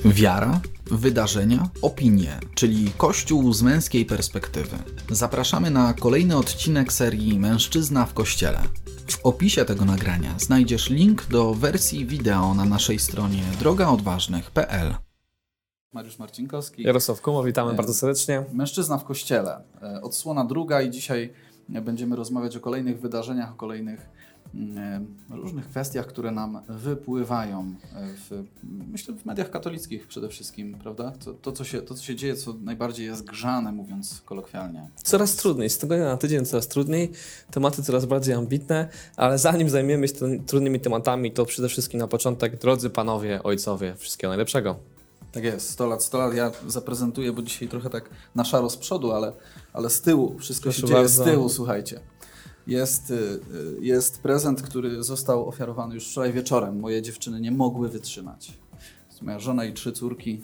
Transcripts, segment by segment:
Wiara, wydarzenia, opinie, czyli Kościół z męskiej perspektywy. Zapraszamy na kolejny odcinek serii Mężczyzna w Kościele. W opisie tego nagrania znajdziesz link do wersji wideo na naszej stronie drogaodważnych.pl. Mariusz Marcinkowski. Jarosław Kumo, witamy bardzo serdecznie. Mężczyzna w Kościele. Odsłona druga i dzisiaj będziemy rozmawiać o kolejnych wydarzeniach, o kolejnych różnych kwestiach, które nam wypływają myślę w mediach katolickich przede wszystkim, prawda? To, co się dzieje, co najbardziej jest grzane, mówiąc kolokwialnie. Coraz trudniej, z tygodnia na tydzień coraz trudniej, tematy coraz bardziej ambitne, ale zanim zajmiemy się trudnymi tematami, to przede wszystkim na początek, drodzy panowie, ojcowie, wszystkiego najlepszego. Tak jest, 100 lat. Ja zaprezentuję, bo dzisiaj trochę tak na szaro z przodu, ale z tyłu, wszystko się dzieje z tyłu, słuchajcie. Jest prezent, który został ofiarowany już wczoraj wieczorem. Moje dziewczyny nie mogły wytrzymać. Moja żona i 3 córki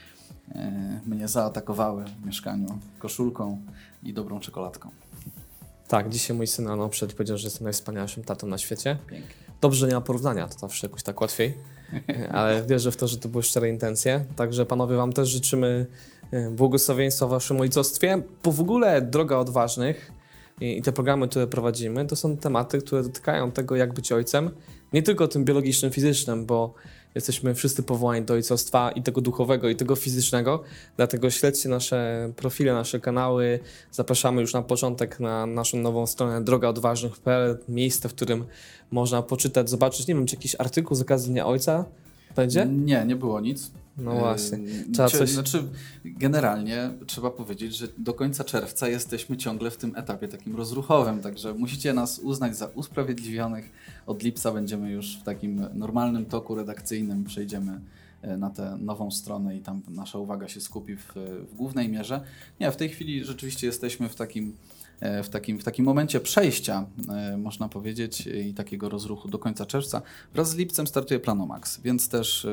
mnie zaatakowały w mieszkaniu koszulką i dobrą czekoladką. Tak, dzisiaj mój syn rano przyszedł i powiedział, że jestem najwspanialszym tatą na świecie. Pięknie. Dobrze, że nie ma porównania, to zawsze jakoś tak łatwiej, ale wierzę w to, że to były szczere intencje. Także panowie, wam też życzymy błogosławieństwa w waszym ojcostwie, bo w ogóle droga odważnych i te programy, które prowadzimy, to są tematy, które dotykają tego, jak być ojcem, nie tylko tym biologicznym, fizycznym, bo jesteśmy wszyscy powołani do ojcostwa i tego duchowego, i tego fizycznego, dlatego śledźcie nasze profile, nasze kanały. Zapraszamy już na początek na naszą nową stronę drogaodważnych.pl, miejsce, w którym można poczytać, zobaczyć, nie wiem, czy jakiś artykuł z okazji Dnia Ojca będzie? Nie było nic. No właśnie. Generalnie trzeba powiedzieć, że do końca czerwca jesteśmy ciągle w tym etapie takim rozruchowym, także musicie nas uznać za usprawiedliwionych. Od lipca będziemy już w takim normalnym toku redakcyjnym, przejdziemy na tę nową stronę i tam nasza uwaga się skupi w głównej mierze. Nie, w tej chwili rzeczywiście jesteśmy w takim momencie przejścia, można powiedzieć, i takiego rozruchu do końca czerwca. Wraz z lipcem startuje Planomax, więc też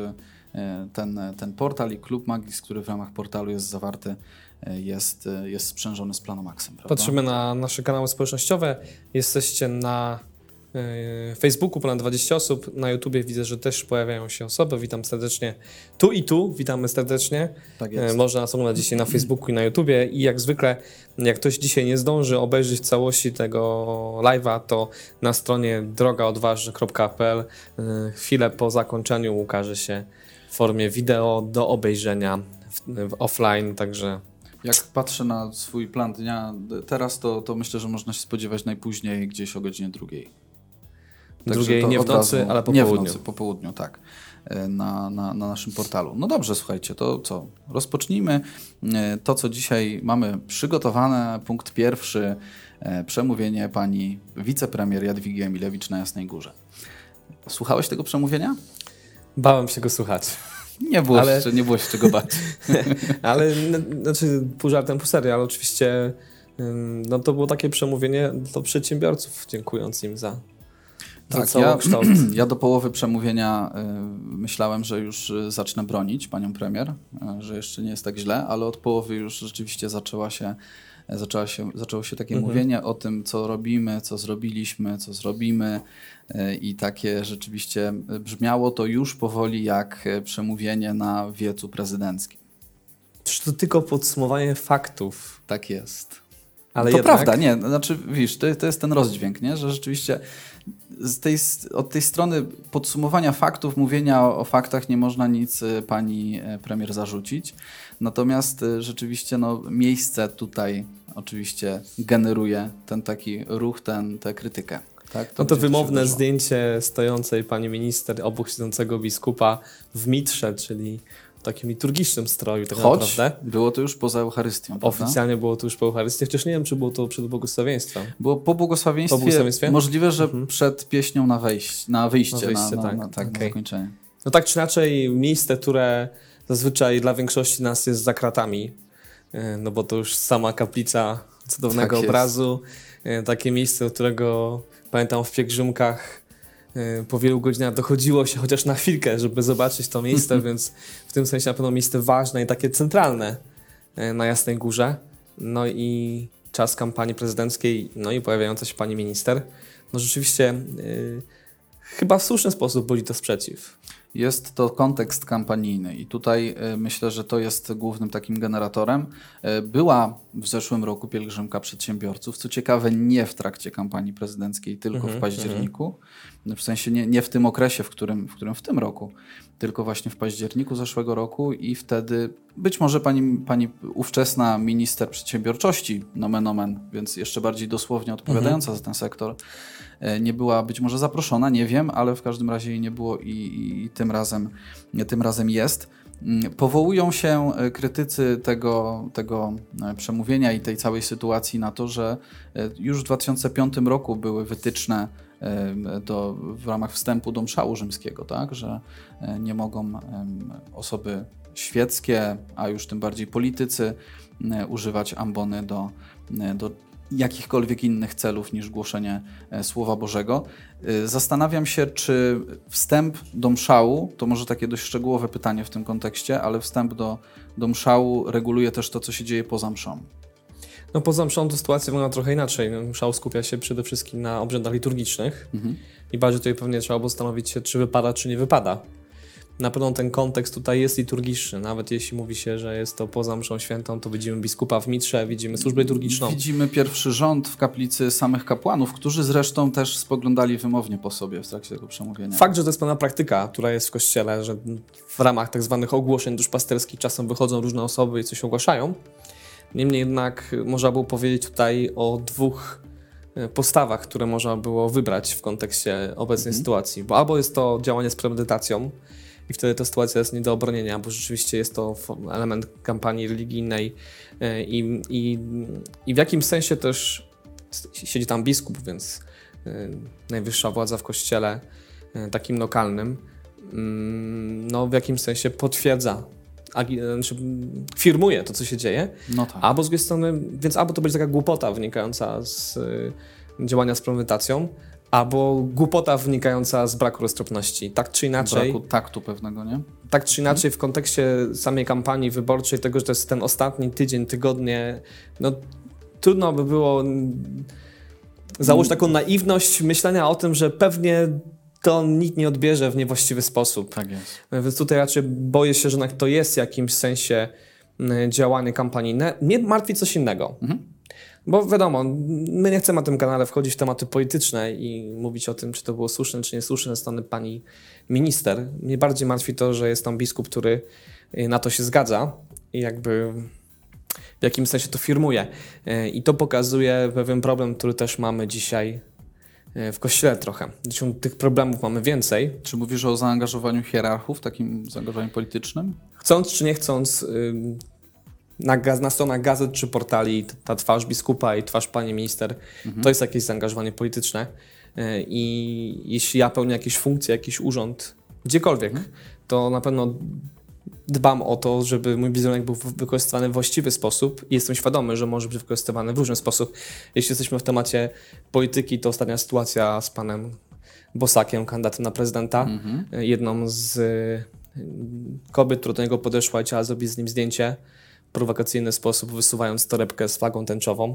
ten portal i Klub Magis, który w ramach portalu jest zawarty, jest sprzężony z Planomaxem. Prawda? Patrzymy na nasze kanały społecznościowe. Jesteście na Facebooku ponad 20 osób, na YouTubie widzę, że też pojawiają się osoby. Witam serdecznie tu i tu, witamy serdecznie. Tak jest. Można nas oglądać dzisiaj na Facebooku i na YouTubie i jak zwykle, jak ktoś dzisiaj nie zdąży obejrzeć całości tego live'a, to na stronie drogaodważnych.pl chwilę po zakończeniu ukaże się w formie wideo do obejrzenia w offline, także... Jak patrzę na swój plan dnia teraz, to myślę, że można się spodziewać najpóźniej gdzieś o godzinie 2. Drugiej nie w nocy, ale po południu. Nie w nocy, po południu, tak. Na naszym portalu. No dobrze, słuchajcie, to co? Rozpocznijmy to, co dzisiaj mamy przygotowane. Punkt pierwszy, przemówienie pani wicepremier Jadwigi Emilewicz na Jasnej Górze. Słuchałeś tego przemówienia? Bałem się go słuchać. Nie było się czego bać. Ale, znaczy pół żartem, pół serio, ale oczywiście no to było takie przemówienie do przedsiębiorców, dziękując im za całokształt. Ja do połowy przemówienia myślałem, że już zacznę bronić panią premier, że jeszcze nie jest tak źle, ale od połowy już rzeczywiście zaczęło się takie mówienie o tym, co robimy, co zrobiliśmy, co zrobimy i takie rzeczywiście brzmiało to już powoli jak przemówienie na wiecu prezydenckim. Czy to tylko podsumowanie faktów? Tak jest. Ale to jednak... prawda, nie, znaczy widzisz, to jest ten rozdźwięk, nie? Że rzeczywiście od tej strony podsumowania faktów, mówienia o faktach nie można nic pani premier zarzucić. Natomiast rzeczywiście miejsce tutaj oczywiście generuje ten taki ruch, tę krytykę. Tak? To wymowne zdjęcie stojącej pani minister obok siedzącego biskupa w mitrze, czyli w takim liturgicznym stroju tak naprawdę. Było to już poza Eucharystią, prawda? Oficjalnie było to już po Eucharystii, chociaż nie wiem, czy było to przed błogosławieństwem. Było po błogosławieństwie? Możliwe, że przed pieśnią na wyjście, na zakończenie. No tak czy inaczej, miejsce, które zazwyczaj dla większości nas jest za kratami, no bo to już sama kaplica cudownego obrazu, takie miejsce, do którego pamiętam w pielgrzymkach po wielu godzinach dochodziło się chociaż na chwilkę, żeby zobaczyć to miejsce, więc w tym sensie na pewno miejsce ważne i takie centralne na Jasnej Górze. No i czas kampanii prezydenckiej, no i pojawiająca się pani minister. No rzeczywiście chyba w słuszny sposób budzi to sprzeciw. Jest to kontekst kampanijny i tutaj myślę, że to jest głównym takim generatorem. Była w zeszłym roku pielgrzymka przedsiębiorców, co ciekawe nie w trakcie kampanii prezydenckiej, tylko w październiku. W sensie nie w tym okresie, w którym w tym roku, tylko właśnie w październiku zeszłego roku i wtedy być może pani ówczesna minister przedsiębiorczości, nomen omen, więc jeszcze bardziej dosłownie odpowiadająca za ten sektor, nie była być może zaproszona, nie wiem, ale w każdym razie jej nie było i tym razem jest. Powołują się krytycy tego przemówienia i tej całej sytuacji na to, że już w 2005 roku były wytyczne w ramach wstępu do mszału rzymskiego, tak, że nie mogą osoby świeckie, a już tym bardziej politycy używać ambony do jakichkolwiek innych celów niż głoszenie Słowa Bożego. Zastanawiam się, czy wstęp do mszału, to może takie dość szczegółowe pytanie w tym kontekście, ale wstęp do mszału reguluje też to, co się dzieje poza mszą. No poza mszą to sytuacja wygląda trochę inaczej. Mszał skupia się przede wszystkim na obrzędach liturgicznych i bardziej tutaj pewnie trzeba było zastanowić się, czy wypada, czy nie wypada. Na pewno ten kontekst tutaj jest liturgiczny. Nawet jeśli mówi się, że jest to poza mszą świętą, to widzimy biskupa w mitrze, widzimy służbę liturgiczną. Widzimy pierwszy rząd w kaplicy samych kapłanów, którzy zresztą też spoglądali wymownie po sobie w trakcie tego przemówienia. Fakt, że to jest pewna praktyka, która jest w Kościele, że w ramach tak zwanych ogłoszeń duszpasterskich czasem wychodzą różne osoby i coś ogłaszają. Niemniej jednak można było powiedzieć tutaj o dwóch postawach, które można było wybrać w kontekście obecnej sytuacji. Bo albo jest to działanie z premedytacją i wtedy ta sytuacja jest nie do obronienia, bo rzeczywiście jest to element kampanii religijnej i w jakimś sensie też siedzi tam biskup, więc najwyższa władza w Kościele takim lokalnym, no w jakimś sensie potwierdza, znaczy firmuje to, co się dzieje, No tak. albo z drugiej strony, więc albo to będzie taka głupota wynikająca z działania z premedytacją, albo głupota wynikająca z braku roztropności. Tak czy inaczej. Braku taktu pewnego, nie? Tak czy inaczej w kontekście samej kampanii wyborczej, tego, że to jest ten ostatni tydzień, tygodnie, no trudno by było założyć taką naiwność myślenia o tym, że pewnie to nikt nie odbierze w niewłaściwy sposób. Tak jest. Więc tutaj raczej boję się, że jednak to jest w jakimś sensie działanie kampanijne. Mnie martwi coś innego. Bo wiadomo, my nie chcemy na tym kanale wchodzić w tematy polityczne i mówić o tym, czy to było słuszne, czy niesłuszne ze strony pani minister. Mnie bardziej martwi to, że jest tam biskup, który na to się zgadza i jakby w jakimś sensie to firmuje. I to pokazuje pewien problem, który też mamy dzisiaj w Kościele trochę. Zresztą tych problemów mamy więcej. Czy mówisz o zaangażowaniu hierarchów, takim zaangażowaniu politycznym? Chcąc czy nie chcąc, na stronach gazet czy portali ta twarz biskupa i twarz pani minister to jest jakieś zaangażowanie polityczne. I jeśli ja pełnię jakieś funkcje, jakiś urząd, gdziekolwiek, to na pewno dbam o to, żeby mój wizerunek był wykorzystywany w właściwy sposób i jestem świadomy, że może być wykorzystywany w różny sposób. Jeśli jesteśmy w temacie polityki, to ostatnia sytuacja z panem Bosakiem, kandydatem na prezydenta, jedną z kobiet, która do niego podeszła i chciała zrobić z nim zdjęcie w prowokacyjny sposób, wysuwając torebkę z flagą tęczową.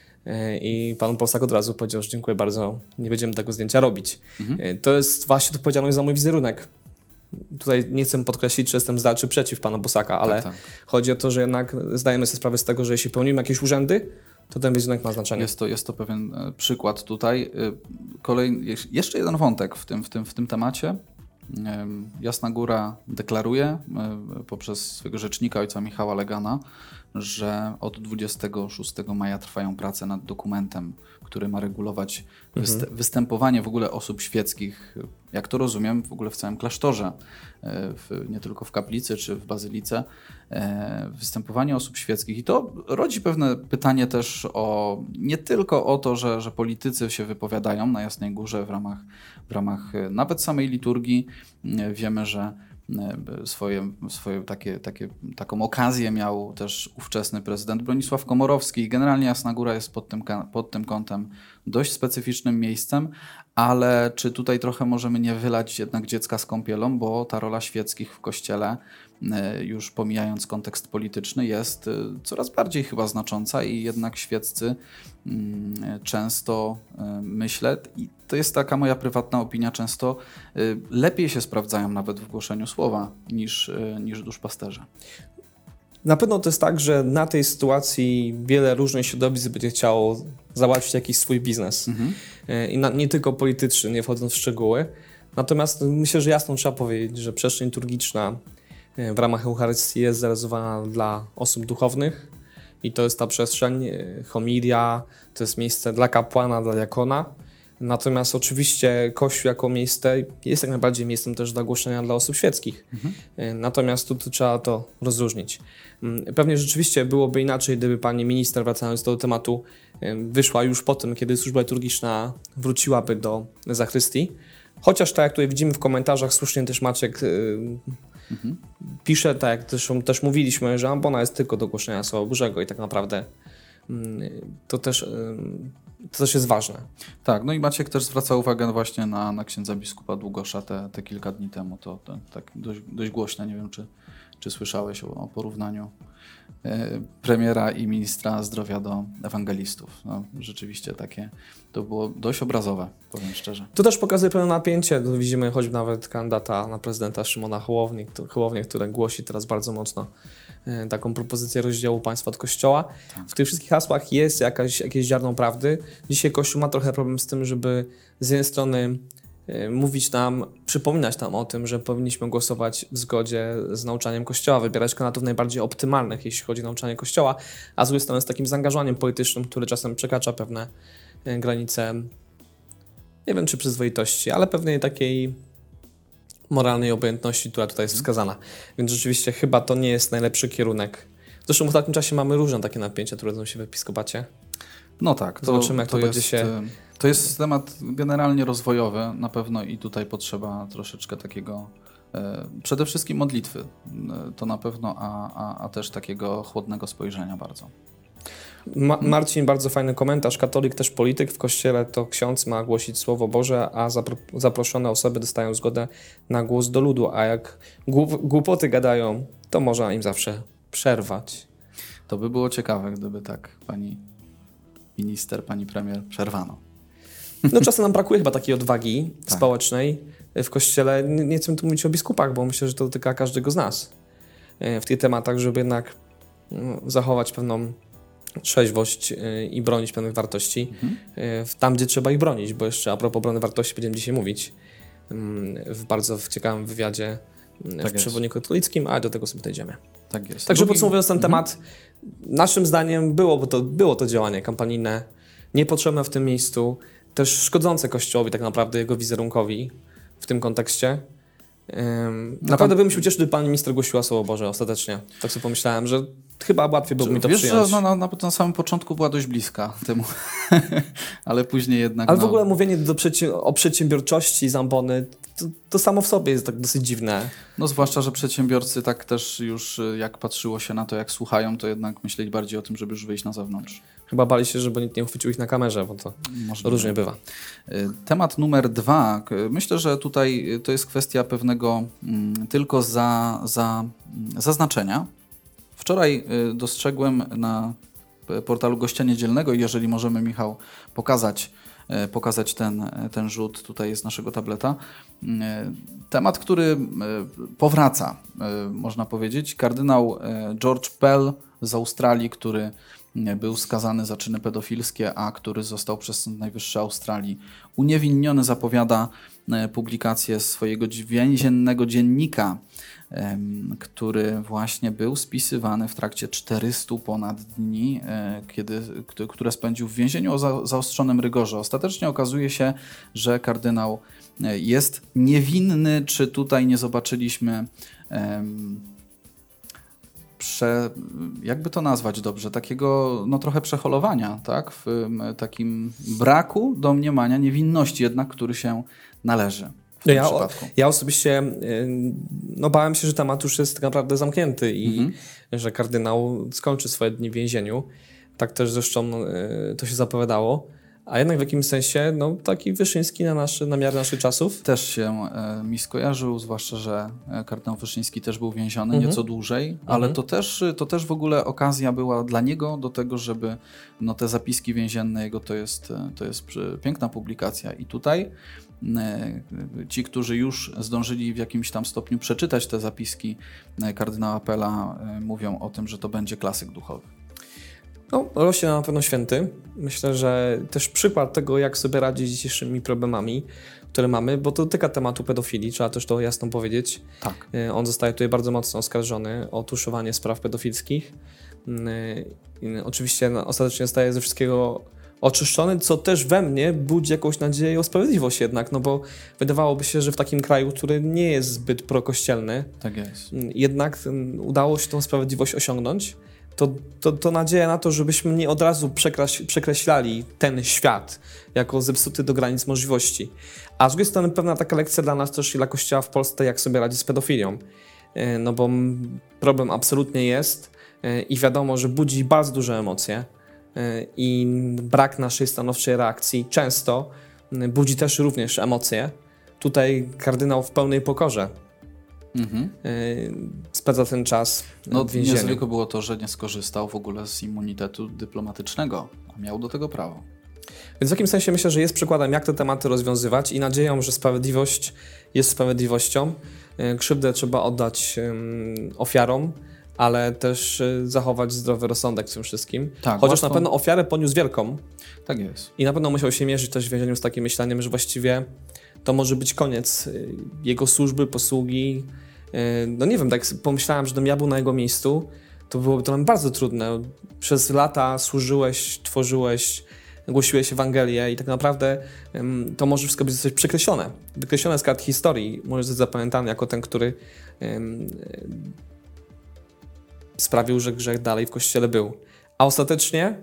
I pan Bosak od razu powiedział, że dziękuję bardzo, nie będziemy tego zdjęcia robić. To jest właśnie odpowiedzialność za mój wizerunek. Tutaj nie chcę podkreślić, czy jestem za czy przeciw pana Bosaka, ale chodzi o to, że jednak zdajemy sobie sprawę z tego, że jeśli pełnimy jakieś urzędy, to ten wizerunek ma znaczenie. Jest to pewien przykład tutaj. Jeszcze jeden wątek w tym temacie. Jasna Góra deklaruje poprzez swojego rzecznika ojca Michała Legana, że od 26 maja trwają prace nad dokumentem, który ma regulować występowanie w ogóle osób świeckich, jak to rozumiem, w ogóle w całym klasztorze, nie tylko w kaplicy czy w bazylice, występowanie osób świeckich. I to rodzi pewne pytanie też nie tylko o to, że politycy się wypowiadają na Jasnej Górze w ramach nawet samej liturgii. Wiemy, że taką okazję miał też ówczesny prezydent Bronisław Komorowski. Generalnie Jasna Góra jest pod tym kątem dość specyficznym miejscem, ale czy tutaj trochę możemy nie wylać jednak dziecka z kąpielą, bo ta rola świeckich w Kościele, już pomijając kontekst polityczny, jest coraz bardziej chyba znacząca i jednak świeccy często, myślę, i to jest taka moja prywatna opinia, często lepiej się sprawdzają nawet w głoszeniu słowa niż duszpasterze. Na pewno to jest tak, że na tej sytuacji wiele różnych środowisk będzie chciało załatwić jakiś swój biznes. I nie tylko polityczny, nie wchodząc w szczegóły. Natomiast myślę, że jasno trzeba powiedzieć, że przestrzeń liturgiczna w ramach Eucharystii jest zarezerwowana dla osób duchownych i to jest ta przestrzeń, homilia, to jest miejsce dla kapłana, dla diakona. Natomiast oczywiście Kościół jako miejsce jest jak najbardziej miejscem też dla głoszenia dla osób świeckich. Natomiast tu trzeba to rozróżnić. Pewnie rzeczywiście byłoby inaczej, gdyby pani minister, wracając do tematu, wyszła już po tym, kiedy służba liturgiczna wróciłaby do zachrystii. Chociaż tak jak tutaj widzimy w komentarzach, słusznie też Maciek pisze, tak jak też mówiliśmy, że ambona jest tylko do głoszenia Słowa Bożego i tak naprawdę to też jest ważne. Tak, no i Maciek też zwraca uwagę właśnie na księdza biskupa Długosza te kilka dni temu. To tak dość głośne, nie wiem czy słyszałeś o porównaniu premiera i ministra zdrowia do ewangelistów. No, rzeczywiście takie, to było dość obrazowe, powiem szczerze. To też pokazuje pewne napięcie. To widzimy choćby nawet kandydata na prezydenta Szymona Hołownię, który głosi teraz bardzo mocno taką propozycję rozdziału państwa od Kościoła. Tak. W tych wszystkich hasłach jest jakieś ziarno prawdy. Dzisiaj Kościół ma trochę problem z tym, żeby z jednej strony mówić nam, przypominać nam o tym, że powinniśmy głosować w zgodzie z nauczaniem Kościoła, wybierać kandydatów najbardziej optymalnych, jeśli chodzi o nauczanie Kościoła, a z drugiej strony z takim zaangażowaniem politycznym, które czasem przekracza pewne granice, nie wiem czy przyzwoitości, ale pewnej takiej moralnej obojętności, która tutaj jest wskazana. Więc rzeczywiście chyba to nie jest najlepszy kierunek. Zresztą w ostatnim czasie mamy różne takie napięcia, które rodzą się w episkopacie. No tak. Zobaczymy, jak to będzie się... To jest temat generalnie rozwojowy na pewno i tutaj potrzeba troszeczkę takiego, przede wszystkim modlitwy, to na pewno, a też takiego chłodnego spojrzenia bardzo. Marcin, bardzo fajny komentarz. Katolik, też polityk. W kościele to ksiądz ma głosić Słowo Boże, a zaproszone osoby dostają zgodę na głos do ludu, a jak głupoty gadają, to można im zawsze przerwać. To by było ciekawe, gdyby tak pani minister, pani premier przerwano. No czasem nam brakuje chyba takiej odwagi społecznej w kościele. Nie chcę tu mówić o biskupach, bo myślę, że to dotyka każdego z nas w tych tematach, żeby jednak zachować pewną trzeźwość i bronić pewnych wartości tam, gdzie trzeba ich bronić, bo jeszcze a propos obrony wartości będziemy dzisiaj mówić w bardzo ciekawym wywiadzie w Przewodniku katolickim, a do tego sobie dojdziemy. Tak jest. Także podsumowując ten temat, naszym zdaniem było to działanie kampanijne, niepotrzebne w tym miejscu, też szkodzące Kościołowi tak naprawdę, jego wizerunkowi w tym kontekście. Naprawdę bym się ucieszył, gdyby pani minister głosiła Słowo Boże ostatecznie. Tak sobie pomyślałem, że chyba łatwiej byłoby mi to przyjąć. Że na samym początku była dość bliska temu, ale później jednak... Ale w ogóle mówienie o przedsiębiorczości z ambony, to samo w sobie jest tak dosyć dziwne. No zwłaszcza, że przedsiębiorcy tak też już jak patrzyło się na to, jak słuchają, to jednak myśleli bardziej o tym, żeby już wyjść na zewnątrz. Chyba bali się, żeby nikt nie uchwycił ich na kamerze, bo to różnie bywa. Temat numer 2. Myślę, że tutaj to jest kwestia pewnego tylko zaznaczenia. Wczoraj dostrzegłem na portalu Gościa Niedzielnego i jeżeli możemy, Michał, pokazać ten rzut tutaj z naszego tableta. Temat, który powraca, można powiedzieć. Kardynał George Pell z Australii, który był skazany za czyny pedofilskie, a który został przez Sąd Najwyższy Australii uniewinniony, zapowiada publikację swojego więziennego dziennika, który właśnie był spisywany w trakcie 400 ponad dni, które spędził w więzieniu o zaostrzonym rygorze. Ostatecznie okazuje się, że kardynał jest niewinny. Czy tutaj nie zobaczyliśmy jakby to nazwać dobrze, takiego trochę przeholowania, tak? W takim braku domniemania niewinności jednak, który się należy w tym przypadku. Ja osobiście bałem się, że temat już jest tak naprawdę zamknięty i że kardynał skończy swoje dni w więzieniu. Tak też zresztą to się zapowiadało. A jednak w jakimś sensie taki Wyszyński na miarę naszych czasów. Też się mi skojarzył, zwłaszcza, że kardynał Wyszyński też był więziony nieco dłużej, ale to też w ogóle okazja była dla niego do tego, żeby te zapiski więzienne jego to jest piękna publikacja i tutaj ci, którzy już zdążyli w jakimś tam stopniu przeczytać te zapiski kardynała Pella, mówią o tym, że to będzie klasyk duchowy. Rośnie na pewno święty. Myślę, że też przykład tego, jak sobie radzić z dzisiejszymi problemami, które mamy, bo to dotyka tematu pedofilii, trzeba też to jasno powiedzieć. Tak. On zostaje tutaj bardzo mocno oskarżony o tuszowanie spraw pedofilskich. Oczywiście ostatecznie zostaje ze wszystkiego oczyszczony, co też we mnie budzi jakąś nadzieję o sprawiedliwość jednak, bo wydawałoby się, że w takim kraju, który nie jest zbyt prokościelny, tak jest. jednak udało się tą sprawiedliwość osiągnąć. To nadzieja na to, żebyśmy nie od razu przekreślali ten świat jako zepsuty do granic możliwości. A z drugiej strony pewna taka lekcja dla nas też i dla Kościoła w Polsce, jak sobie radzić z pedofilią. Bo problem absolutnie jest i wiadomo, że budzi bardzo duże emocje i brak naszej stanowczej reakcji często budzi też również emocje. Tutaj kardynał w pełnej pokorze spędza ten czas w więzieniu. Niezwykłe było to, że nie skorzystał w ogóle z immunitetu dyplomatycznego, a miał do tego prawo. Więc w jakimś sensie myślę, że jest przykładem, jak te tematy rozwiązywać i nadzieją, że sprawiedliwość jest sprawiedliwością. Krzywdę trzeba oddać ofiarom, ale też zachować zdrowy rozsądek w tym wszystkim. Tak, chociaż na pewno ofiarę poniósł wielką. Tak jest. I na pewno musiał się mierzyć też w więzieniu z takim myśleniem, że właściwie to może być koniec jego służby, posługi. Nie wiem, tak pomyślałem, że gdybym ja był na jego miejscu, to byłoby to nam bardzo trudne. Przez lata służyłeś, tworzyłeś, głosiłeś Ewangelię i tak naprawdę to może wszystko być coś przekreślone. Wykreślone z kart historii. Może być zapamiętany jako ten, który sprawił, że grzech dalej w Kościele był. A ostatecznie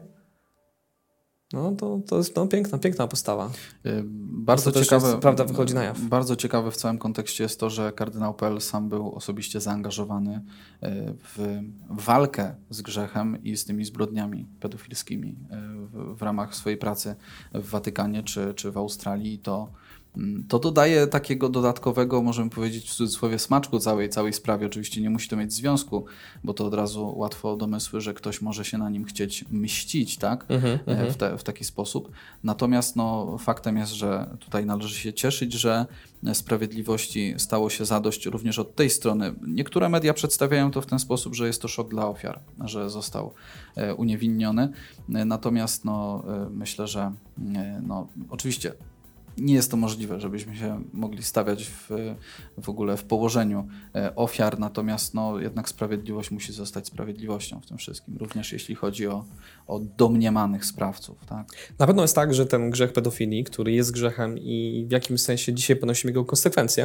to jest piękna postawa. Bardzo ciekawe, prawda wychodzi na jaw. Bardzo ciekawe w całym kontekście jest to, że kardynał Pell sam był osobiście zaangażowany w walkę z grzechem i z tymi zbrodniami pedofilskimi w ramach swojej pracy w Watykanie czy w Australii. To dodaje takiego dodatkowego, możemy powiedzieć w cudzysłowie, smaczku całej sprawie. Oczywiście nie musi to mieć związku, bo to od razu łatwo domysły, że ktoś może się na nim chcieć mścić, tak? W taki sposób. Natomiast faktem jest, że tutaj należy się cieszyć, że sprawiedliwości stało się zadość również od tej strony. Niektóre media przedstawiają to w ten sposób, że jest to szok dla ofiar, że został uniewinniony. Natomiast myślę, że oczywiście nie jest to możliwe, żebyśmy się mogli stawiać w ogóle w położeniu ofiar, natomiast jednak sprawiedliwość musi zostać sprawiedliwością w tym wszystkim, również jeśli chodzi o domniemanych sprawców. Tak? Na pewno jest tak, że ten grzech pedofilii, który jest grzechem i w jakimś sensie dzisiaj ponosimy jego konsekwencje,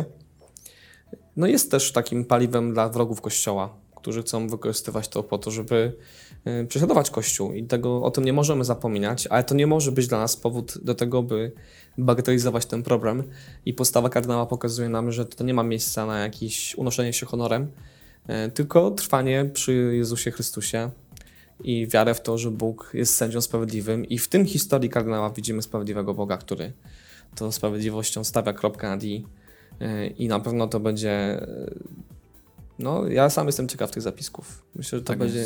jest też takim paliwem dla wrogów Kościoła, którzy chcą wykorzystywać to po to, żeby prześladować Kościół i o tym nie możemy zapominać, ale to nie może być dla nas powód do tego, by bagatelizować ten problem i postawa kardynała pokazuje nam, że to nie ma miejsca na jakieś unoszenie się honorem, tylko trwanie przy Jezusie Chrystusie i wiarę w to, że Bóg jest sędzią sprawiedliwym i w tym historii kardynała widzimy sprawiedliwego Boga, który tą sprawiedliwością stawia kropkę nad i na pewno to będzie... ja sam jestem ciekaw tych zapisków. Myślę, że to będzie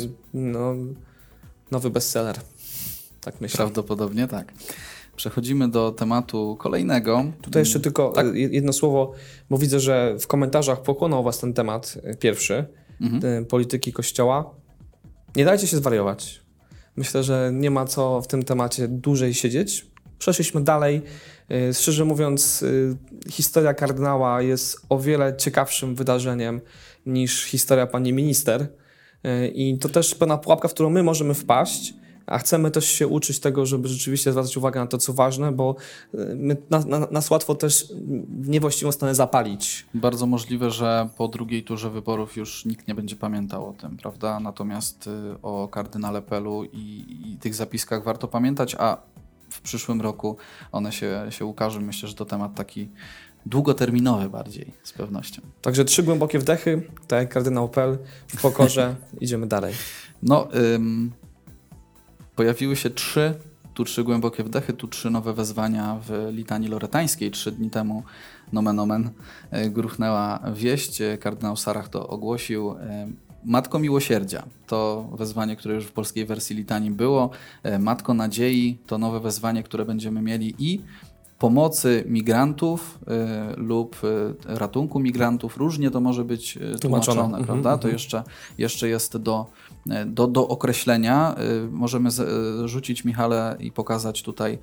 nowy bestseller. Tak myślę. Prawdopodobnie tak. Przechodzimy do tematu kolejnego. Tutaj jeszcze tylko jedno słowo, bo widzę, że w komentarzach pochłonął was ten temat pierwszy, polityki Kościoła. Nie dajcie się zwariować. Myślę, że nie ma co w tym temacie dłużej siedzieć. Przeszliśmy dalej. Szczerze mówiąc, historia kardynała jest o wiele ciekawszym wydarzeniem niż historia pani minister. I to też pewna pułapka, w którą my możemy wpaść, a chcemy też się uczyć tego, żeby rzeczywiście zwracać uwagę na to, co ważne, bo nas łatwo też w niewłaściwą stronę zapalić. Bardzo możliwe, że po drugiej turze wyborów już nikt nie będzie pamiętał o tym, prawda? Natomiast o kardynale Pellu i tych zapiskach warto pamiętać, a w przyszłym roku one się ukażą. Myślę, że to temat taki długoterminowy bardziej, z pewnością. Także 3 głębokie wdechy, tak jak kardynał Pell, w pokorze idziemy dalej. Pojawiły się 3 Tu 3 głębokie wdechy, tu 3 nowe wezwania w litanii loretańskiej. 3 dni temu, nomen omen, gruchnęła wieść, kardynał Sarach to ogłosił. Matko Miłosierdzia to wezwanie, które już w polskiej wersji litanii było. Matko Nadziei to nowe wezwanie, które będziemy mieli i pomocy migrantów lub ratunku migrantów. Różnie to może być tłumaczone, prawda? To jeszcze jest do określenia. Możemy rzucić, Michale, i pokazać tutaj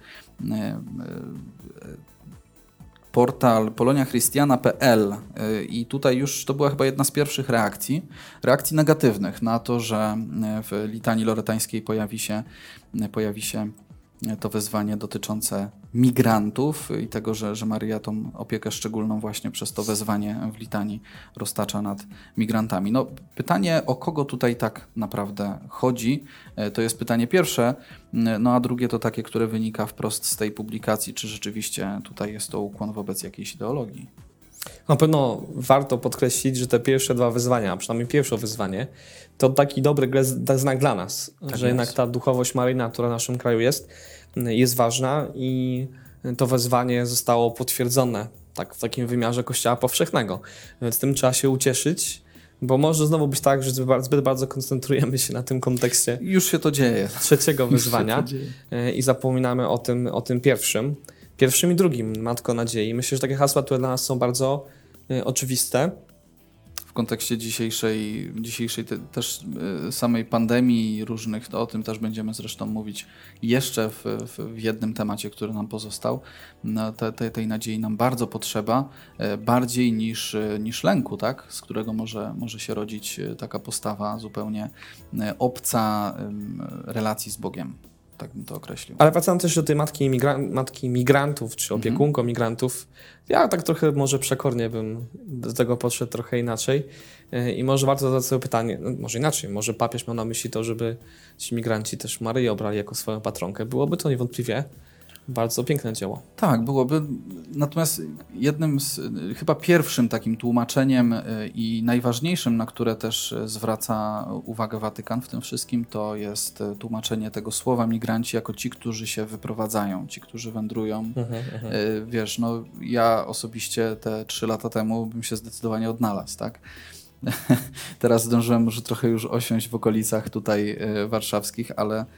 portal poloniachristiana.pl i tutaj już to była chyba jedna z pierwszych reakcji negatywnych na to, że w litanii loretańskiej pojawi się to wezwanie dotyczące migrantów i tego, że Maryja tą opiekę szczególną właśnie przez to wezwanie w litanii roztacza nad migrantami. No, pytanie, o kogo tutaj tak naprawdę chodzi, to jest pytanie pierwsze, no a drugie to takie, które wynika wprost z tej publikacji, czy rzeczywiście tutaj jest to ukłon wobec jakiejś ideologii. Na pewno warto podkreślić, że te pierwsze 2 wyzwania, a przynajmniej pierwsze wyzwanie, to taki dobry znak dla nas, Tak że jest. jednak ta duchowość maryjna, która w naszym kraju jest ważna i to wezwanie zostało potwierdzone tak, w takim wymiarze Kościoła powszechnego. Więc tym trzeba się ucieszyć, bo może znowu być tak, że zbyt bardzo koncentrujemy się na tym kontekście Już się to dzieje. trzeciego wyzwania i zapominamy o tym pierwszym. Pierwszym i drugim, Matko Nadziei. Myślę, że takie hasła, które dla nas są bardzo oczywiste. W kontekście dzisiejszej też samej pandemii różnych, o tym też będziemy zresztą mówić jeszcze w jednym temacie, który nam pozostał. No, tej nadziei nam bardzo potrzeba, bardziej niż lęku, tak? Z którego może się rodzić taka postawa zupełnie obca relacji z Bogiem. Tak bym to określił. Ale wracając też do tej matki migrantów, czy opiekunko migrantów, ja tak trochę może przekornie bym do tego podszedł trochę inaczej i może warto zadać sobie pytanie, no może inaczej, może papież miał na myśli to, żeby ci migranci też Maryję obrali jako swoją patronkę. Byłoby to niewątpliwie bardzo piękne dzieło. Tak, byłoby. Natomiast jednym chyba pierwszym takim tłumaczeniem i najważniejszym, na które też zwraca uwagę Watykan w tym wszystkim, to jest tłumaczenie tego słowa migranci jako ci, którzy się wyprowadzają, ci, którzy wędrują. Wiesz, no ja osobiście te 3 lata temu bym się zdecydowanie odnalazł, tak? Teraz zdążyłem może trochę już osiąść w okolicach tutaj warszawskich,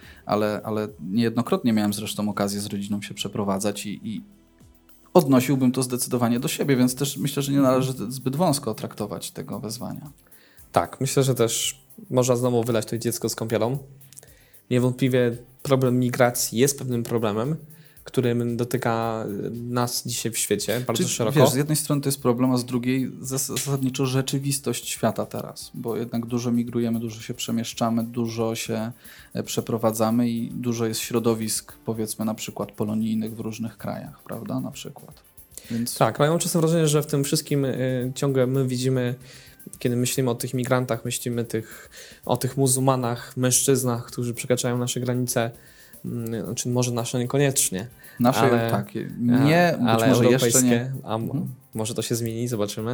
ale niejednokrotnie miałem zresztą okazję z rodziną się przeprowadzać i odnosiłbym to zdecydowanie do siebie, więc też myślę, że nie należy zbyt wąsko traktować tego wezwania. Tak, myślę, że też można znowu wylać to dziecko z kąpielą. Niewątpliwie problem migracji jest pewnym problemem, którym dotyka nas dzisiaj w świecie bardzo szeroko. Wiesz, z jednej strony to jest problem, a z drugiej zasadniczo rzeczywistość świata teraz, bo jednak dużo migrujemy, dużo się przemieszczamy, dużo się przeprowadzamy i dużo jest środowisk, powiedzmy na przykład polonijnych w różnych krajach, prawda, na przykład. Więc... Tak, ale ja mam czasem wrażenie, że w tym wszystkim ciągle my widzimy, kiedy myślimy o tych migrantach, myślimy o tych muzułmanach, mężczyznach, którzy przekraczają nasze granice, znaczy może nasze niekoniecznie. Nasze ale, tak, nie, być ale może europejskie, jeszcze nie. A może to się zmieni, zobaczymy.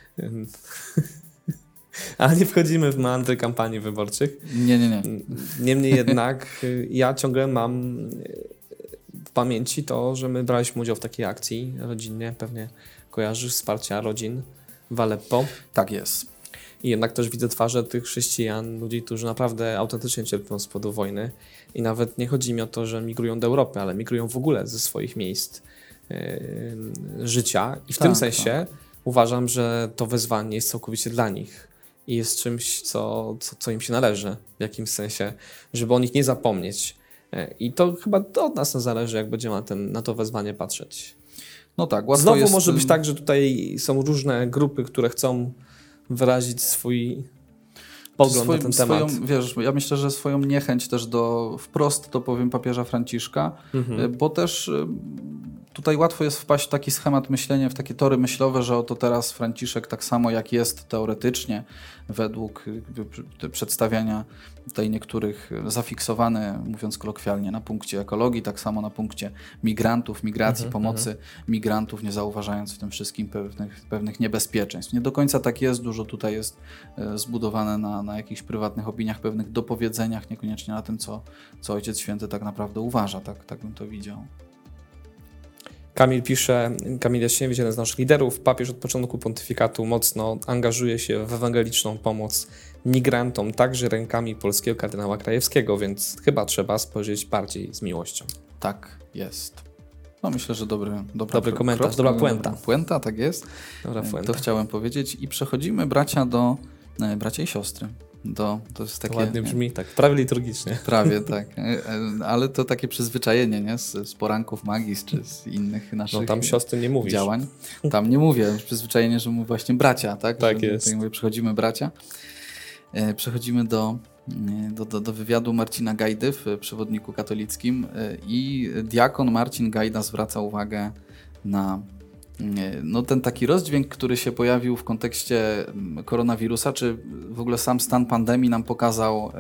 Ale nie wchodzimy w meandry kampanii wyborczych. Nie. Niemniej jednak ja ciągle mam w pamięci to, że my braliśmy udział w takiej akcji rodzinnie, pewnie kojarzysz, wsparcia rodzin w Aleppo. Tak jest. I jednak też widzę twarze tych chrześcijan, ludzi, którzy naprawdę autentycznie cierpią z powodu wojny. I nawet nie chodzi mi o to, że migrują do Europy, ale migrują w ogóle ze swoich miejsc życia. I w tym sensie uważam, że to wezwanie jest całkowicie dla nich. I jest czymś, co im się należy w jakimś sensie, żeby o nich nie zapomnieć. I to chyba od nas zależy, jak będziemy na to wezwanie patrzeć. No tak, łatwo Znowu jest... może być tak, że tutaj są różne grupy, które chcą wyrazić swój pogląd na ten temat. Wiesz, ja myślę, że swoją niechęć też wprost to powiem papieża Franciszka, bo też tutaj łatwo jest wpaść w taki schemat myślenia, w takie tory myślowe, że oto teraz Franciszek tak samo jak jest teoretycznie według przedstawiania tutaj niektórych zafiksowany, mówiąc kolokwialnie, na punkcie ekologii, tak samo na punkcie migrantów, migracji, pomocy migrantów, nie zauważając w tym wszystkim pewnych niebezpieczeństw. Nie do końca tak jest, dużo tutaj jest zbudowane na jakichś prywatnych opiniach, pewnych dopowiedzeniach, niekoniecznie na tym, co Ojciec Święty tak naprawdę uważa, tak bym to widział. Kamil pisze, Kamil Jaśniewicz, jeden z naszych liderów, papież od początku pontyfikatu mocno angażuje się w ewangeliczną pomoc migrantom, także rękami polskiego kardynała Krajewskiego, więc chyba trzeba spojrzeć bardziej z miłością. Tak jest. No myślę, że dobry komentarz, dobra puenta. Puenta, tak jest. Dobra puenta. To chciałem powiedzieć. I przechodzimy, bracia i siostry. To jest takie, ładnie brzmi, tak, prawie liturgicznie. Prawie, tak. Ale to takie przyzwyczajenie, nie? Z poranków Magis, czy z innych naszych No tam siostry nie mówisz. Działań. Tam nie mówię. Przyzwyczajenie, że mówię właśnie bracia, tak? Tak jest. Tak mówię, przechodzimy bracia. Przechodzimy do wywiadu Marcina Gajdy w Przewodniku Katolickim i diakon Marcin Gajda zwraca uwagę na ten taki rozdźwięk, który się pojawił w kontekście koronawirusa, czy w ogóle sam stan pandemii nam pokazał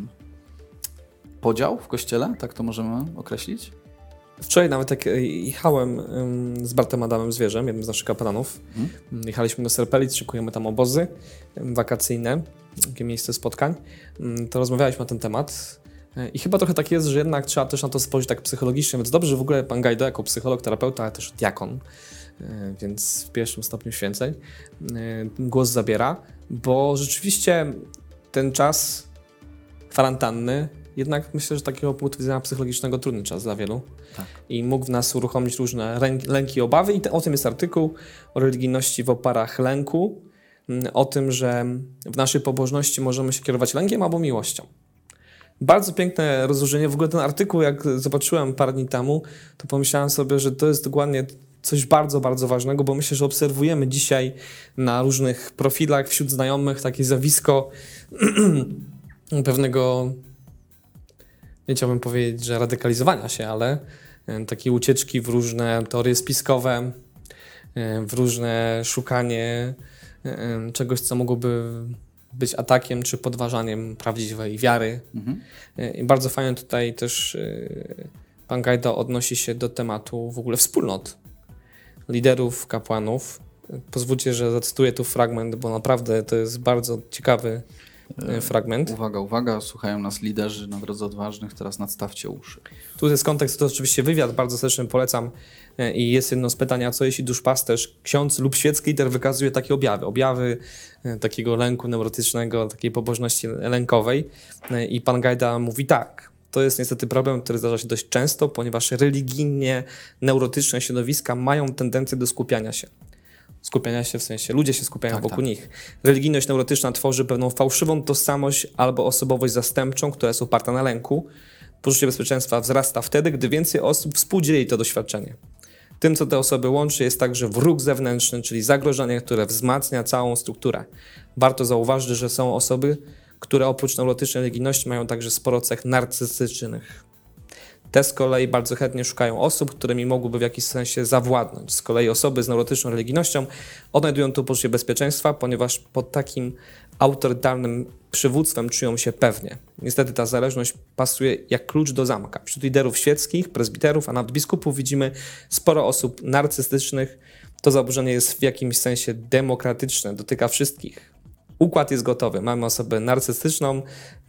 podział w Kościele, tak to możemy określić? Wczoraj nawet jak jechałem z bratem Adamem Zwierzem, jednym z naszych kapłanów, jechaliśmy do Serpelic, szykujemy tam obozy wakacyjne, takie miejsce spotkań, to rozmawialiśmy na ten temat i chyba trochę tak jest, że jednak trzeba też na to spojrzeć tak psychologicznie, więc dobrze, że w ogóle pan Gajda jako psycholog, terapeuta, ale też diakon, więc w pierwszym stopniu święceń głos zabiera, bo rzeczywiście ten czas kwarantanny jednak myślę, że takiego punktu widzenia psychologicznego trudny czas dla wielu. Tak. I mógł w nas uruchomić różne lęki, obawy i o tym jest artykuł o religijności w oparach lęku, o tym, że w naszej pobożności możemy się kierować lękiem albo miłością. Bardzo piękne rozróżnienie. W ogóle ten artykuł, jak zobaczyłem parę dni temu, to pomyślałem sobie, że to jest dokładnie coś bardzo, bardzo ważnego, bo myślę, że obserwujemy dzisiaj na różnych profilach wśród znajomych takie zjawisko pewnego, nie chciałbym powiedzieć, że radykalizowania się, ale takie ucieczki w różne teorie spiskowe, w różne szukanie czegoś, co mogłoby być atakiem czy podważaniem prawdziwej wiary. I bardzo fajnie tutaj też pan Gajda odnosi się do tematu w ogóle wspólnot, liderów, kapłanów. Pozwólcie, że zacytuję tu fragment, bo naprawdę to jest bardzo ciekawy fragment. Uwaga, słuchają nas liderzy na drodze odważnych, teraz nadstawcie uszy. Tu jest kontekst, to oczywiście wywiad, bardzo serdecznie polecam i jest jedno z pytań, a co jeśli duszpasterz, ksiądz lub świecki lider wykazuje takie objawy takiego lęku neurotycznego, takiej pobożności lękowej i pan Gajda mówi tak, to jest niestety problem, który zdarza się dość często, ponieważ religijnie neurotyczne środowiska mają tendencję do skupiania się w sensie ludzie się skupiają wokół nich. Religijność neurotyczna tworzy pewną fałszywą tożsamość albo osobowość zastępczą, która jest oparta na lęku. Poczucie bezpieczeństwa wzrasta wtedy, gdy więcej osób współdzieli to doświadczenie. Tym, co te osoby łączy, jest także wróg zewnętrzny, czyli zagrożenie, które wzmacnia całą strukturę. Warto zauważyć, że są osoby, które oprócz neurotycznej religijności mają także sporo cech narcystycznych. Te z kolei bardzo chętnie szukają osób, którymi mogłyby w jakiś sensie zawładnąć. Z kolei osoby z neurotyczną religijnością odnajdują tu poczucie bezpieczeństwa, ponieważ pod takim autorytarnym przywództwem czują się pewnie. Niestety ta zależność pasuje jak klucz do zamka. Wśród liderów świeckich, prezbiterów, a nawet biskupów widzimy sporo osób narcystycznych. To zaburzenie jest w jakimś sensie demokratyczne, dotyka wszystkich. Układ jest gotowy. Mamy osobę narcystyczną,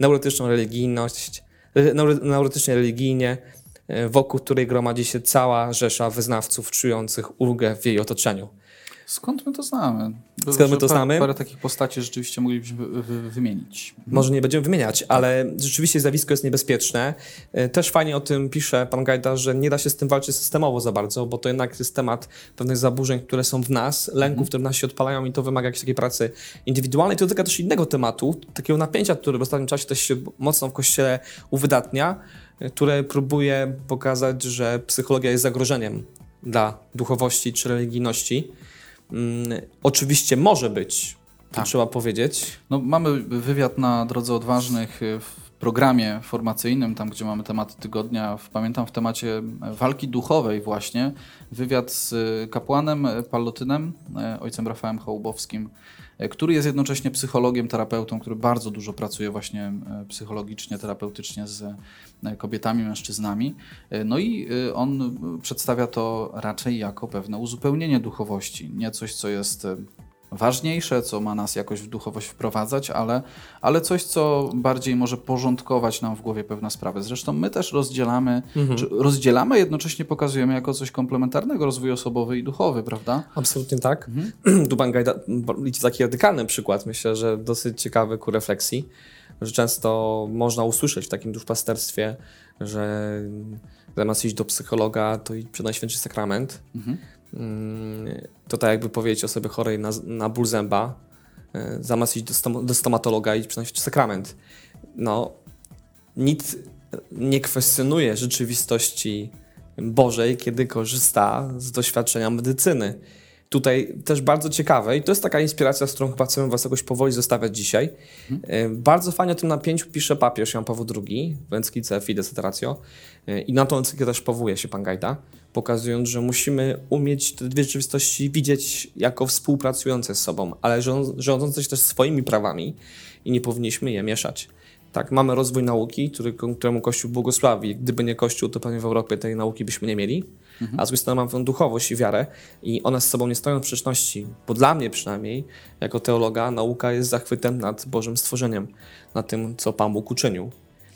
neurotycznie religijnie, wokół której gromadzi się cała rzesza wyznawców czujących ulgę w jej otoczeniu. Skąd my to znamy? Parę takich postaci rzeczywiście moglibyśmy wymienić. Może nie będziemy wymieniać, ale rzeczywiście zjawisko jest niebezpieczne. Też fajnie o tym pisze pan Gajda, że nie da się z tym walczyć systemowo za bardzo, bo to jednak jest temat pewnych zaburzeń, które są w nas, lęków, które w nas się odpalają i to wymaga jakiejś takiej pracy indywidualnej. To dotyka też innego tematu, takiego napięcia, które w ostatnim czasie też się mocno w Kościele uwydatnia, które próbuje pokazać, że psychologia jest zagrożeniem dla duchowości czy religijności. Oczywiście może być to trzeba powiedzieć. No, mamy wywiad na Drodze Odważnych w programie formacyjnym, tam gdzie mamy tematy tygodnia. Pamiętam w temacie walki duchowej właśnie wywiad z kapłanem Pallotynem, ojcem Rafałem Chałubowskim, który jest jednocześnie psychologiem, terapeutą, który bardzo dużo pracuje właśnie psychologicznie, terapeutycznie z kobietami, mężczyznami. No i on przedstawia to raczej jako pewne uzupełnienie duchowości, nie coś, co jest ważniejsze, co ma nas jakoś w duchowość wprowadzać, ale coś, co bardziej może porządkować nam w głowie pewne sprawy. Zresztą my też rozdzielamy, jednocześnie pokazujemy jako coś komplementarnego rozwój osobowy i duchowy, prawda? Absolutnie tak. Tu pan Gajda liczy taki radykalny przykład, myślę, że dosyć ciekawy ku refleksji, że często można usłyszeć w takim duszpasterstwie, że zamiast iść do psychologa, to idź przed Najświętszy Sakrament. To tak jakby powiedzieć osobie chorej na ból zęba, zamiast iść do stomatologa, idź przed Najświętszy Sakrament. No, nikt nie kwestionuje rzeczywistości Bożej, kiedy korzysta z doświadczenia medycyny. Tutaj też bardzo ciekawe i to jest taka inspiracja, z którą chyba chcemy was jakoś powoli zostawiać dzisiaj. Bardzo fajnie o tym napięciu pisze papież Jan Paweł II w encyklice Fides et Ratio i na tą encyklikę też powołuje się pan Gajda, pokazując, że musimy umieć te dwie rzeczywistości widzieć jako współpracujące z sobą, ale rządzące się też swoimi prawami i nie powinniśmy je mieszać. Tak, mamy rozwój nauki, któremu Kościół błogosławi. Gdyby nie Kościół, to pewnie w Europie tej nauki byśmy nie mieli. A z drugiej strony mamy tę duchowość i wiarę i one z sobą nie stoją w sprzeczności, bo dla mnie przynajmniej, jako teologa, nauka jest zachwytem nad Bożym stworzeniem, nad tym, co Pan Bóg uczynił.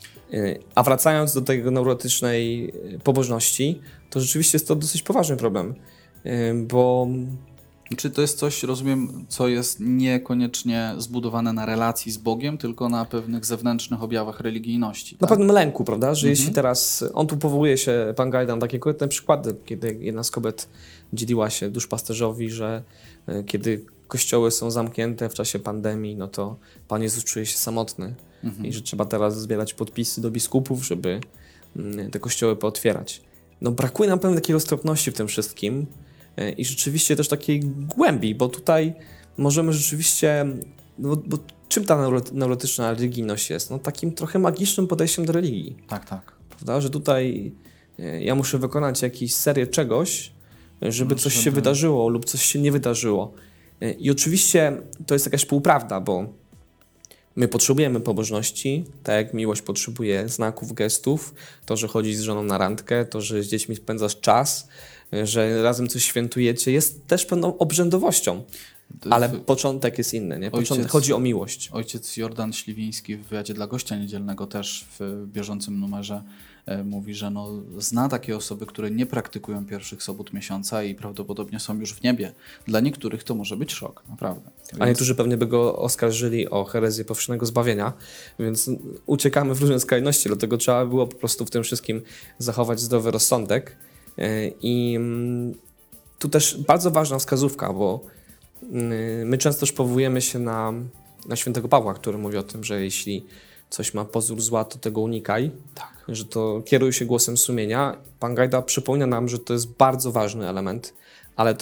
A wracając do tej neurotycznej pobożności, to rzeczywiście jest to dosyć poważny problem, bo... Czy to jest coś, rozumiem, co jest niekoniecznie zbudowane na relacji z Bogiem, tylko na pewnych zewnętrznych objawach religijności? Na tak? pewnym lęku, prawda? Że jeśli teraz, on tu powołuje się, pan Gajda, na takie konkretne przykłady, kiedy jedna z kobiet dzieliła się duszpasterzowi, że kiedy kościoły są zamknięte w czasie pandemii, no to Pan Jezus czuje się samotny i że trzeba teraz zbierać podpisy do biskupów, żeby te kościoły pootwierać. No brakuje nam pewnej takiej roztropności w tym wszystkim, i rzeczywiście też takiej głębi, bo tutaj możemy rzeczywiście, bo czym ta neurotyczna religijność jest? No takim trochę magicznym podejściem do religii. Tak, tak. Prawda? Że tutaj ja muszę wykonać jakąś serię czegoś, żeby coś się wydarzyło lub coś się nie wydarzyło. I oczywiście to jest jakaś półprawda, bo my potrzebujemy pobożności, tak jak miłość potrzebuje znaków, gestów, to, że chodzisz z żoną na randkę, to, że z dziećmi spędzasz czas, że razem coś świętujecie, jest też pewną obrzędowością. Ale początek jest inny, nie? Chodzi o miłość. Ojciec Jordan Śliwiński w wywiadzie dla Gościa Niedzielnego też w bieżącym numerze mówi, że zna takie osoby, które nie praktykują pierwszych sobót miesiąca i prawdopodobnie są już w niebie. Dla niektórych to może być szok, naprawdę. A niektórzy pewnie by go oskarżyli o herezję powszechnego zbawienia, więc uciekamy w różne skrajności, dlatego trzeba było po prostu w tym wszystkim zachować zdrowy rozsądek. I tu też bardzo ważna wskazówka, bo my często też powołujemy się na świętego Pawła, który mówi o tym, że jeśli coś ma pozór zła, to tego unikaj, tak. Że to kieruj się głosem sumienia. Pan Gajda przypomina nam, że to jest bardzo ważny element, ale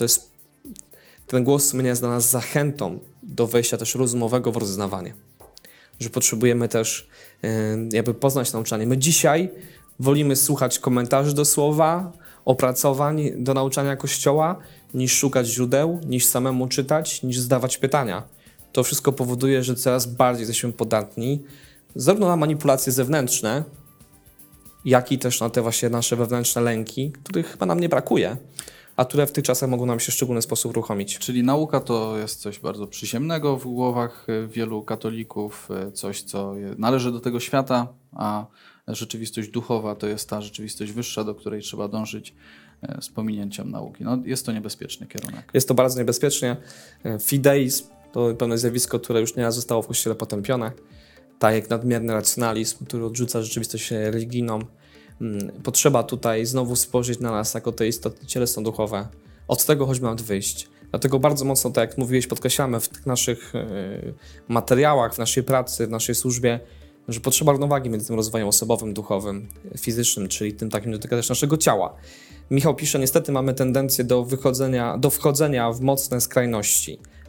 ten głos sumienia jest dla nas zachętą do wejścia też rozumowego w rozeznawanie. Że potrzebujemy też jakby poznać nauczanie. My dzisiaj wolimy słuchać komentarzy do słowa, opracowań do nauczania Kościoła, niż szukać źródeł, niż samemu czytać, niż zadawać pytania. To wszystko powoduje, że coraz bardziej jesteśmy podatni zarówno na manipulacje zewnętrzne, jak i też na te właśnie nasze wewnętrzne lęki, których chyba nam nie brakuje, a które w tych czasach mogą nam się w szczególny sposób uruchomić. Czyli nauka to jest coś bardzo przyziemnego w głowach wielu katolików, coś, co należy do tego świata, a rzeczywistość duchowa to jest ta rzeczywistość wyższa, do której trzeba dążyć z pominięciem nauki. No, jest to niebezpieczny kierunek. Jest to bardzo niebezpiecznie. Fideizm to pewne zjawisko, które już nieraz zostało w Kościele potępione. Tak jak nadmierny racjonalizm, który odrzuca rzeczywistość religijną. Potrzeba tutaj znowu spojrzeć na nas jako te istoty cielesno-duchowe. Od tego choćby nam wyjść. Dlatego bardzo mocno, tak jak mówiłeś, podkreślamy w tych naszych materiałach, w naszej pracy, w naszej służbie, że potrzeba równowagi między tym rozwojem osobowym, duchowym, fizycznym, czyli tym takim dotyka też naszego ciała. Michał pisze, niestety mamy tendencję do wchodzenia w mocne skrajności,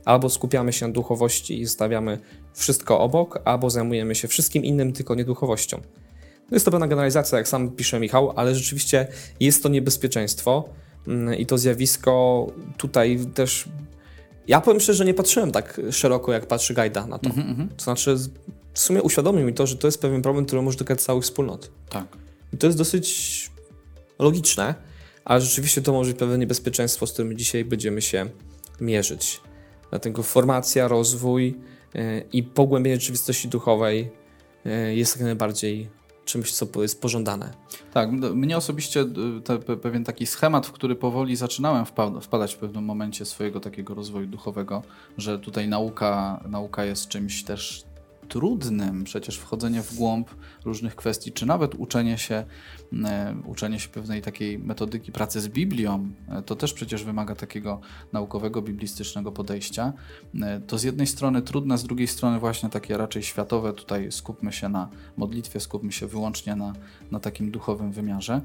Albo skupiamy się na duchowości i zostawiamy wszystko obok, albo zajmujemy się wszystkim innym, tylko nie duchowością. To jest to pewna generalizacja, jak sam pisze Michał, ale rzeczywiście jest to niebezpieczeństwo i to zjawisko tutaj też... Ja powiem szczerze, że nie patrzyłem tak szeroko, jak patrzy Gajda na to. To znaczy, w sumie uświadomił mi to, że to jest pewien problem, który może dotykać całych wspólnot. Tak. I to jest dosyć logiczne, ale rzeczywiście to może być pewne niebezpieczeństwo, z którym dzisiaj będziemy się mierzyć. Dlatego formacja, rozwój i pogłębienie rzeczywistości duchowej jest jak najbardziej czymś, co jest pożądane. Tak, mnie osobiście pewien taki schemat, w który powoli zaczynałem wpadać w pewnym momencie swojego takiego rozwoju duchowego, że tutaj nauka jest czymś też trudnym, przecież wchodzenie w głąb różnych kwestii, czy nawet uczenie się pewnej takiej metodyki pracy z Biblią, to też przecież wymaga takiego naukowego, biblistycznego podejścia. To z jednej strony trudne, z drugiej strony właśnie takie raczej światowe. Tutaj skupmy się na modlitwie, skupmy się wyłącznie na takim duchowym wymiarze.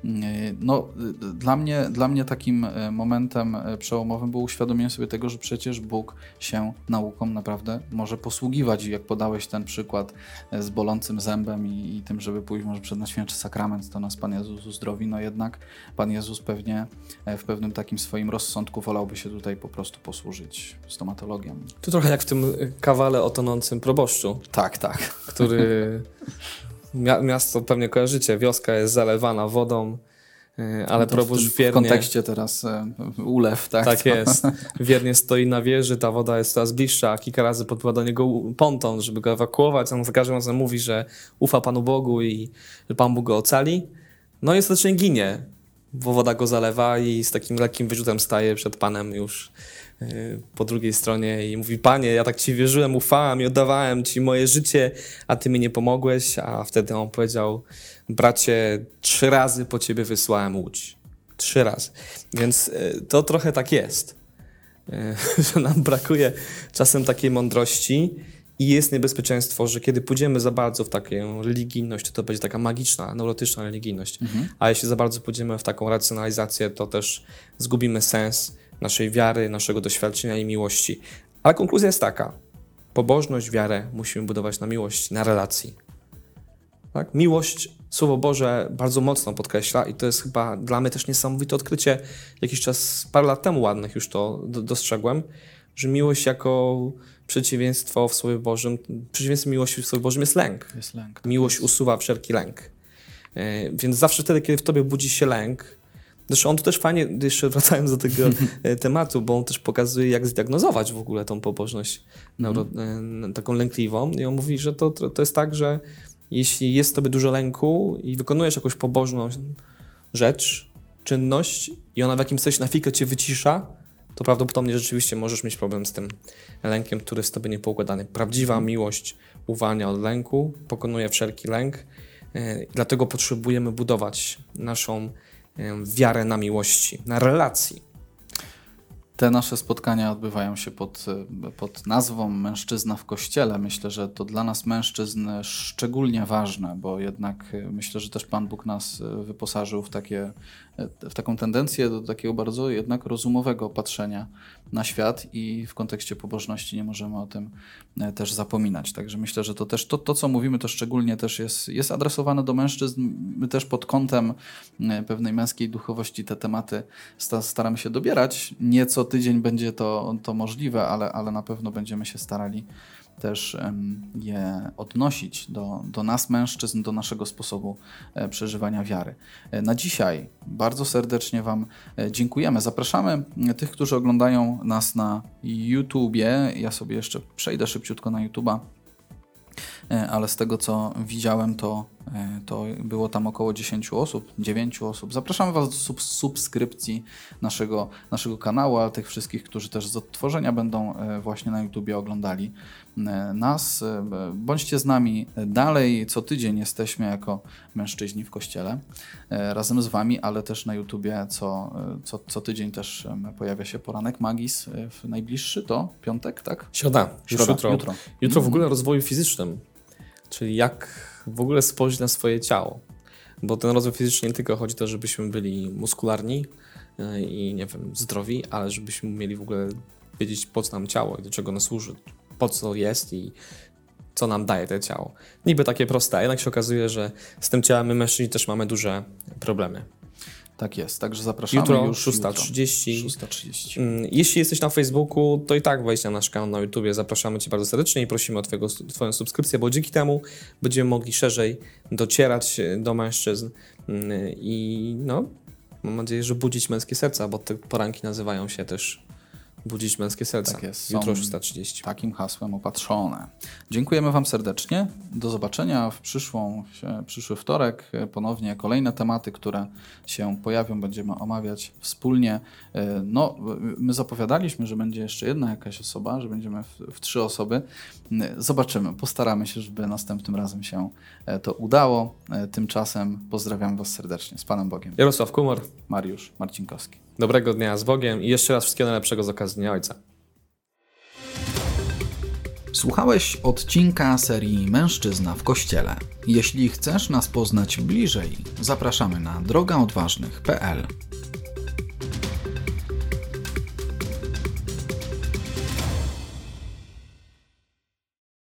No, dla mnie takim momentem przełomowym było uświadomienie sobie tego, że przecież Bóg się nauką naprawdę może posługiwać. I jak podałeś ten przykład z bolącym zębem i tym, żeby pójść może przed Najświętszy Sakrament, to nas Pan Jezus uzdrowi, no jednak Pan Jezus pewnie w pewnym takim swoim rozsądku wolałby się tutaj po prostu posłużyć stomatologiem. To trochę jak w tym kawale o tonącym proboszczu. Tak. Który miasto pewnie kojarzycie, wioska jest zalewana wodą, ale proboszcz wiernie... W kontekście teraz ulew, tak? Tak jest. Wiernie stoi na wieży, ta woda jest coraz bliższa, a kilka razy podpływa do niego ponton, żeby go ewakuować. On za każdym razem mówi, że ufa Panu Bogu i że Pan Bóg go ocali. No i ostatecznie ginie, bo woda go zalewa i z takim lekkim wyrzutem staje przed Panem już po drugiej stronie i mówi: Panie, ja tak Ci wierzyłem, ufałem i oddawałem Ci moje życie, a Ty mi nie pomogłeś. A wtedy on powiedział: bracie, 3 razy po Ciebie wysłałem łódź. 3 razy. Więc to trochę tak jest, że nam brakuje czasem takiej mądrości i jest niebezpieczeństwo, że kiedy pójdziemy za bardzo w taką religijność, to będzie taka magiczna, neurotyczna religijność, a jeśli za bardzo pójdziemy w taką racjonalizację, to też zgubimy sens naszej wiary, naszego doświadczenia i miłości. Ale konkluzja jest taka: pobożność, wiarę musimy budować na miłości, na relacji. Tak? Miłość, Słowo Boże bardzo mocno podkreśla i to jest chyba dla mnie też niesamowite odkrycie. Jakiś czas, parę lat temu ładnych już to dostrzegłem, że miłość jako przeciwieństwo w Słowie Bożym, przeciwieństwem miłości w Słowie Bożym jest lęk. Jest lęk. Miłość usuwa wszelki lęk. Więc zawsze wtedy, kiedy w tobie budzi się lęk, zresztą on tu też fajnie, jeszcze wracając do tego tematu, bo on też pokazuje, jak zdiagnozować w ogóle tą pobożność taką lękliwą. I on mówi, że to jest tak, że jeśli jest w tobie dużo lęku i wykonujesz jakąś pobożną rzecz, czynność i ona w jakimś sensie na chwilkę cię wycisza, to prawdopodobnie rzeczywiście możesz mieć problem z tym lękiem, który jest w tobie niepoukładany. Prawdziwa miłość uwalnia od lęku, pokonuje wszelki lęk. Dlatego potrzebujemy budować naszą wiarę na miłości, na relacji. Te nasze spotkania odbywają się pod nazwą Mężczyzna w Kościele. Myślę, że to dla nas mężczyzn szczególnie ważne, bo jednak myślę, że też Pan Bóg nas wyposażył w taką tendencję do takiego bardzo jednak rozumowego patrzenia na świat i w kontekście pobożności nie możemy o tym też zapominać. Także myślę, że to też to co mówimy, to szczególnie też jest adresowane do mężczyzn. My też pod kątem pewnej męskiej duchowości te tematy staramy się dobierać. Nie co tydzień będzie to możliwe, ale na pewno będziemy się starali też je odnosić do nas mężczyzn, do naszego sposobu przeżywania wiary. Na dzisiaj bardzo serdecznie Wam dziękujemy. Zapraszamy tych, którzy oglądają nas na YouTubie. Ja sobie jeszcze przejdę szybciutko na YouTuba, ale z tego co widziałem, to było tam około 10 osób, 9 osób. Zapraszamy Was do subskrypcji naszego kanału, a tych wszystkich, którzy też z odtworzenia będą właśnie na YouTubie oglądali nas. Bądźcie z nami dalej. Co tydzień jesteśmy jako mężczyźni w Kościele razem z Wami, ale też na YouTubie co tydzień też pojawia się poranek Magis. Najbliższy to piątek, tak? Środa. Jutro. Jutro w ogóle o rozwoju fizycznym, czyli jak w ogóle spojrzeć na swoje ciało. Bo ten rozwój fizyczny nie tylko chodzi o to, żebyśmy byli muskularni i nie wiem, zdrowi, ale żebyśmy mieli w ogóle wiedzieć, po co nam ciało i do czego ono służy, po co jest i co nam daje to ciało. Niby takie proste, a jednak się okazuje, że z tym ciałem my mężczyźni też mamy duże problemy. Tak jest, także zapraszamy Jutro, już 6:30. 6:30. Jeśli jesteś na Facebooku, to i tak wejdź na nasz kanał na YouTubie. Zapraszamy Cię bardzo serdecznie i prosimy o Twoją subskrypcję, bo dzięki temu będziemy mogli szerzej docierać do mężczyzn i no, mam nadzieję, że budzić męskie serca, bo te poranki nazywają się też Budzić męskie serca. Tak jest. Jutro Są 6:30. takim hasłem opatrzone. Dziękujemy Wam serdecznie. Do zobaczenia w przyszły wtorek. Ponownie kolejne tematy, które się pojawią, będziemy omawiać wspólnie. No, my zapowiadaliśmy, że będzie jeszcze jedna jakaś osoba, że będziemy w 3 osoby. Zobaczymy. Postaramy się, żeby następnym razem się to udało. Tymczasem pozdrawiam Was serdecznie. Z Panem Bogiem. Jarosław Kumor. Mariusz Marcinkowski. Dobrego dnia z Bogiem i jeszcze raz wszystkiego najlepszego z okazji Dnia Ojca. Słuchałeś odcinka serii Mężczyzna w Kościele. Jeśli chcesz nas poznać bliżej, zapraszamy na drogaodważnych.pl.